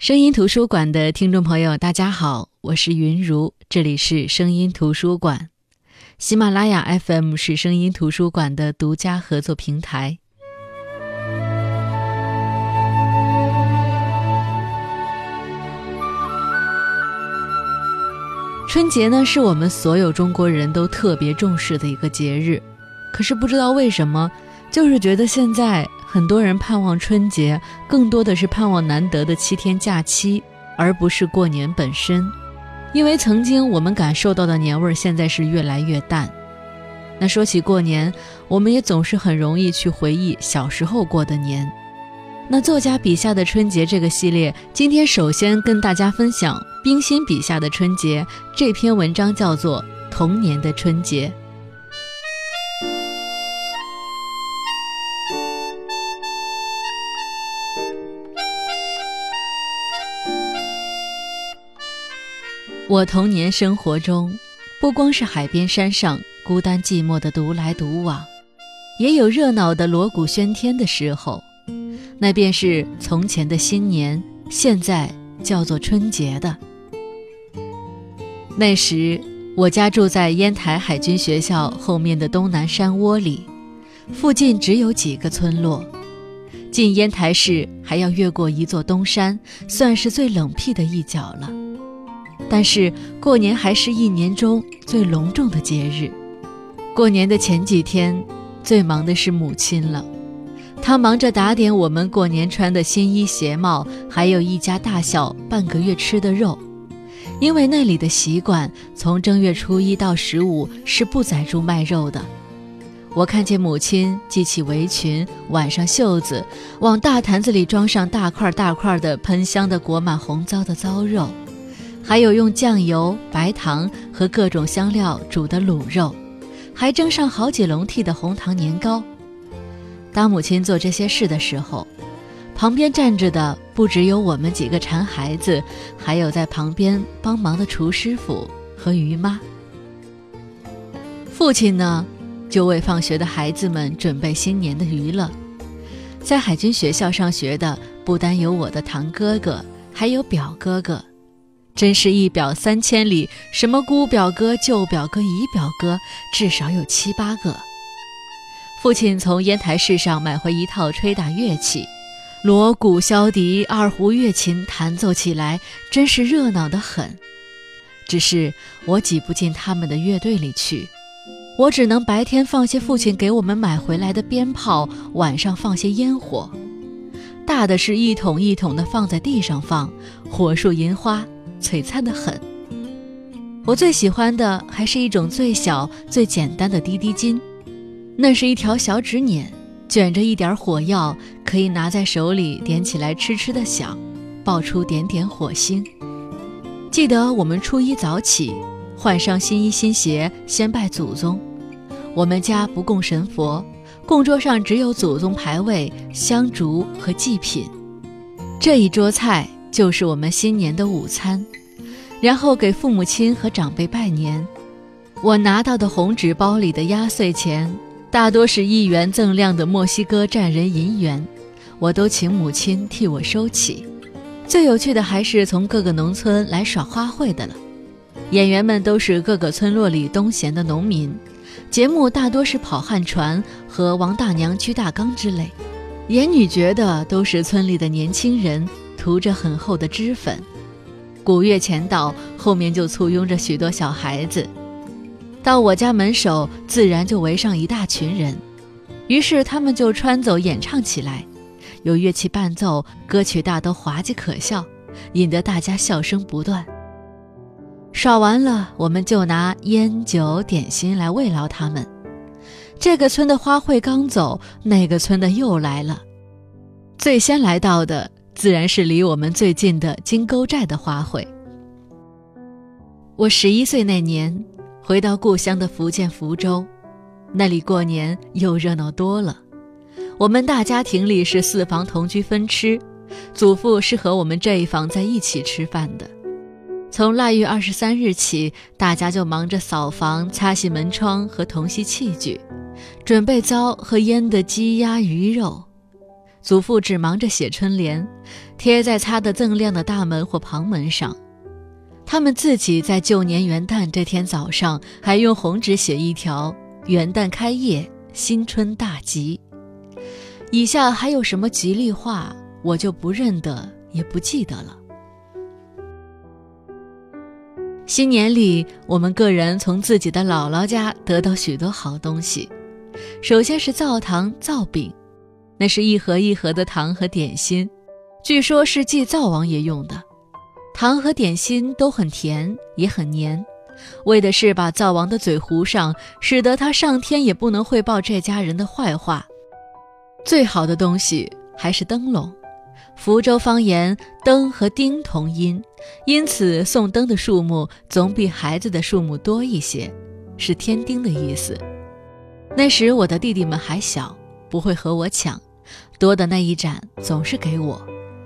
声音图书馆的听众朋友大家好，我是云如，这里是声音图书馆。喜马拉雅 FM 是声音图书馆的独家合作平台。春节呢，是我们所有中国人都特别重视的一个节日，可是不知道为什么，就是觉得现在很多人盼望春节，更多的是盼望难得的7天假期，而不是过年本身。因为曾经我们感受到的年味现在是越来越淡。那说起过年，我们也总是很容易去回忆小时候过的年。那作家笔下的春节这个系列，今天首先跟大家分享冰心笔下的春节，这篇文章叫做《童年的春节》。我童年生活中，不光是海边山上孤单寂寞的独来独往，也有热闹的锣鼓喧天的时候，那便是从前的新年，现在叫做春节的。那时我家住在烟台海军学校后面的东南山窝里，附近只有几个村落，进烟台市还要越过一座东山，算是最冷僻的一角了。但是过年还是一年中最隆重的节日。过年的前几天，最忙的是母亲了，她忙着打点我们过年穿的新衣鞋帽，还有一家大小半个月吃的肉。因为那里的习惯，从正月初1到15是不宰猪卖肉的。我看见母亲系起围裙，挽上袖子，往大坛子里装上大块大块的喷香的裹满红糟的糟肉，还有用酱油、白糖和各种香料煮的卤肉，还蒸上好几笼屉的红糖年糕。当母亲做这些事的时候，旁边站着的不只有我们几个馋孩子，还有在旁边帮忙的厨师傅和姨妈。父亲呢，就为放学的孩子们准备新年的娱乐。在海军学校上学的不单有我的堂哥哥，还有表哥哥，真是一表3000里，什么姑表哥、舅表哥、姨表哥，至少有7、8个。父亲从烟台市上买回一套吹打乐器，锣鼓箫笛、二胡乐琴弹奏起来，真是热闹得很。只是我挤不进他们的乐队里去，我只能白天放些父亲给我们买回来的鞭炮，晚上放些烟火。大的是一桶一桶的放在地上放，火树银花，璀璨得很。我最喜欢的还是一种最小最简单的滴滴金，那是一条小纸捻，卷着一点火药，可以拿在手里点起来痴痴地响，爆出点点火星。记得我们初1早起，换上新衣新鞋，先拜祖宗。我们家不供神佛，供桌上只有祖宗牌位、香烛和祭品。这一桌菜就是我们新年的午餐，然后给父母亲和长辈拜年。我拿到的红纸包里的压岁钱，大多是1元锃亮的墨西哥站人银元，我都请母亲替我收起。最有趣的还是从各个农村来耍花卉的了，演员们都是各个村落里东闲的农民，节目大多是跑旱船和王大娘鞠大缸之类，演女角的都是村里的年轻人，涂着很厚的脂粉。古乐前到，后面就簇拥着许多小孩子。到我家门首，自然就围上一大群人，于是他们就穿走演唱起来，有乐器伴奏，歌曲大都滑稽可笑，引得大家笑声不断。耍完了，我们就拿烟酒点心来慰劳他们。这个村的花卉刚走，那个村的又来了。最先来到的自然是离我们最近的金沟寨的花卉。我11岁那年回到故乡的福建福州，那里过年又热闹多了。我们大家庭里是4房同居分吃，祖父是和我们这一房在一起吃饭的。从腊月23日起，大家就忙着扫房、擦洗门窗和同洗器具，准备糟和腌的鸡鸭鱼肉。 祖父只忙着写春联，贴在擦得锃亮的大门或旁门上。他们自己在旧年元旦这天早上还用红纸写一条元旦开业，新春大吉。以下还有什么吉利话，我就不认得也不记得了。新年里，我们个人从自己的姥姥家得到许多好东西。首先是灶糖、灶饼，那是一盒一盒的糖和点心，据说是祭灶王爷用的。糖和点心都很甜，也很黏，为的是把灶王的嘴糊上，使得他上天也不能汇报这家人的坏话。最好的东西还是灯笼。福州方言灯和丁同音，因此送灯的数目总比孩子的数目多一些，是添丁的意思。那时我的弟弟们还小，不会和我抢，多的那一盏总是给我。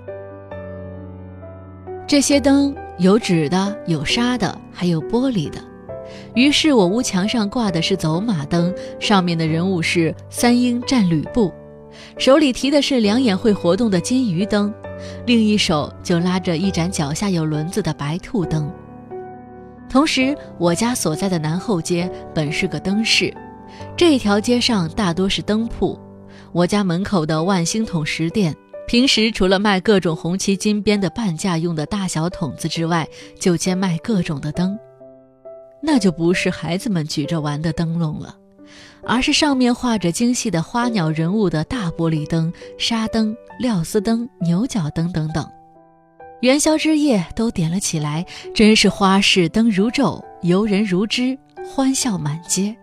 这些灯有纸的，有纱的，还有玻璃的。于是我屋墙上挂的是走马灯，上面的人物是三英战吕布，手里提的是两眼会活动的金鱼灯，另一手就拉着一盏脚下有轮子的白兔灯。同时，我家所在的南后街本是个灯市，这条街上大多是灯铺。我家门口的万兴桶食店，平时除了卖各种红旗金边的半价用的大小桶子之外，就兼卖各种的灯。那就不是孩子们举着玩的灯笼了，而是上面画着精细的花鸟人物的大玻璃灯、纱灯、料丝灯、牛角灯等等。元宵之夜都点了起来，真是花市灯如昼，游人如织，欢笑满街。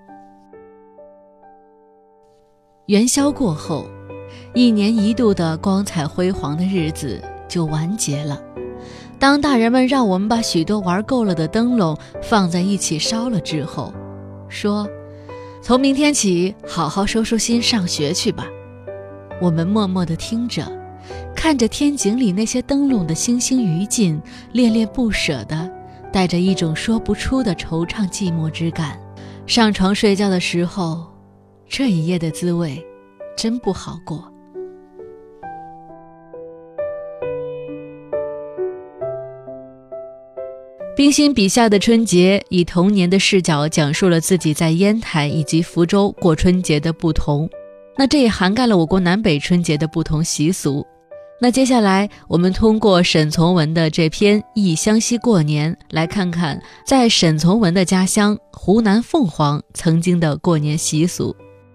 元宵过后，一年一度的光彩辉煌的日子就完结了。当大人们让我们把许多玩够了的灯笼放在一起烧了之后，说从明天起好好收收心，上学去吧。我们默默地听着，看着天井里那些灯笼的星星余烬，恋恋不舍的，带着一种说不出的惆怅寂寞之感。上床睡觉的时候，这一夜的滋味真不好过。冰心笔下的春节以童年的视角讲述了自己在烟台以及福州过春节的不同，那这也涵盖了我国南北春节的不同习俗。那接下来我们通过沈从文的这篇《忆湘西过年》，来看看在沈从文的家乡湖南凤凰曾经的过年习俗。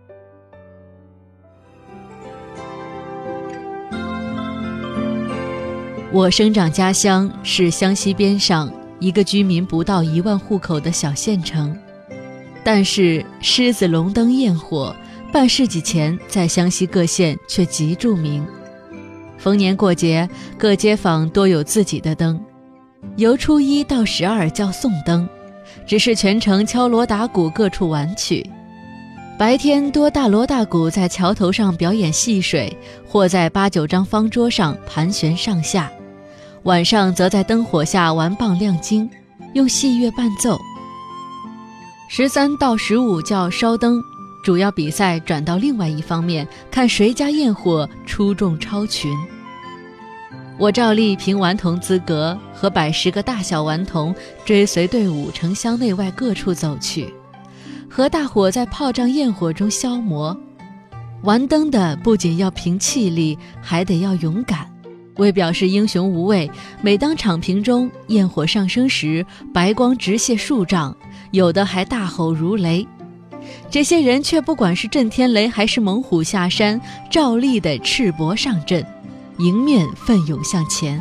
我生长家乡是湘西边上一个居民不到1万户口的小县城，但是狮子龙灯焰火半世纪前在湘西各县却极著名。逢年过节，各街坊多有自己的灯，由初1到12叫送灯，只是全城敲锣打鼓，各处玩曲。白天多大锣大鼓在桥头上表演戏水，或在8、9张方桌上盘旋上下，晚上则在灯火下玩棒亮晶，用戏乐伴奏。13到15叫烧灯，主要比赛转到另外一方面，看谁家焰火出众超群。我照例凭顽童资格，和百10个大小顽童追随队伍城乡内外各处走去，和大伙在炮仗焰火中消磨。玩灯的不仅要凭气力，还得要勇敢。为表示英雄无畏，每当场坪中焰火上升时，白光直泻数丈，有的还大吼如雷。这些人却不管是震天雷还是猛虎下山，照例地赤膊上阵，迎面奋勇向前。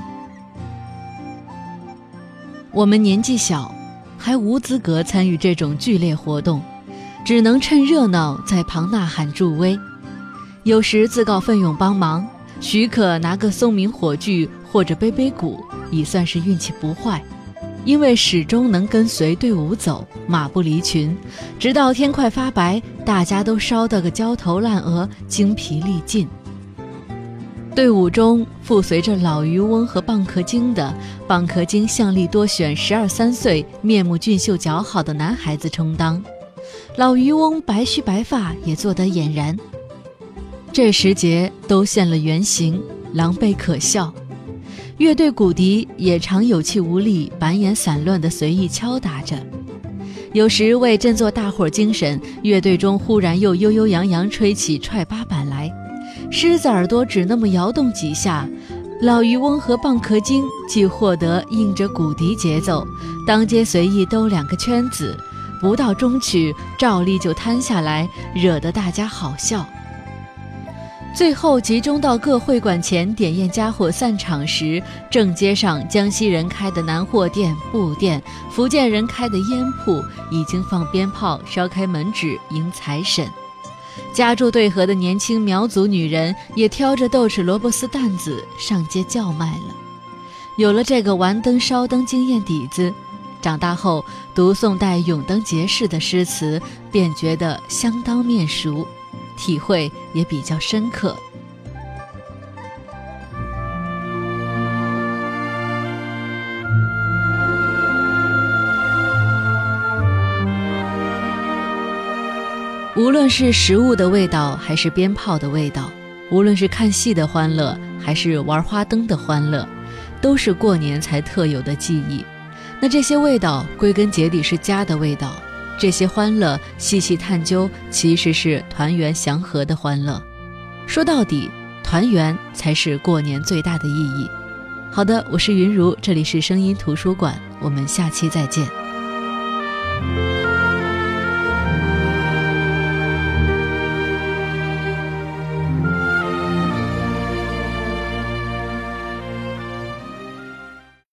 我们年纪小，还无资格参与这种剧烈活动，只能趁热闹在旁呐喊助威，有时自告奋勇帮忙，许可拿个松明火炬或者背背鼓，已算是运气不坏。因为始终能跟随队伍走，马不离群，直到天快发白，大家都烧得个焦头烂额，精疲力尽。队伍中附随着老渔翁和蚌壳精的，蚌壳精向力多选12、13岁面目俊秀姣好的男孩子充当，老渔翁白须白发也做得俨然。 这时节都现了原形，狼狈可笑。乐队骨笛也常有气无力，板眼散乱地随意敲打着。有时为振作大伙精神，乐队中忽然又悠悠扬扬吹起踹八板来，狮子耳朵只那么摇动几下，老渔翁和蚌壳精既获得应着骨笛节奏，当街随意兜2个圈子，不到中曲照例就瘫下来，惹得大家好笑。最后集中到各会馆前点焰家伙散场时，正街上江西人开的南货店、布店，福建人开的烟铺已经放鞭炮、烧开门纸迎财神。家住对河的年轻苗族女人也挑着豆豉萝卜丝担子上街叫卖了。有了这个玩灯烧灯经验底子，长大后读宋代永登节士的诗词，便觉得相当面熟，体会也比较深刻。无论是食物的味道还是鞭炮的味道，无论是看戏的欢乐还是玩花灯的欢乐，都是过年才特有的记忆。那这些味道归根结底是家的味道，这些欢乐细细探究，其实是团圆祥和的欢乐。说到底，团圆才是过年最大的意义。好的，我是云如，这里是声音图书馆，我们下期再见。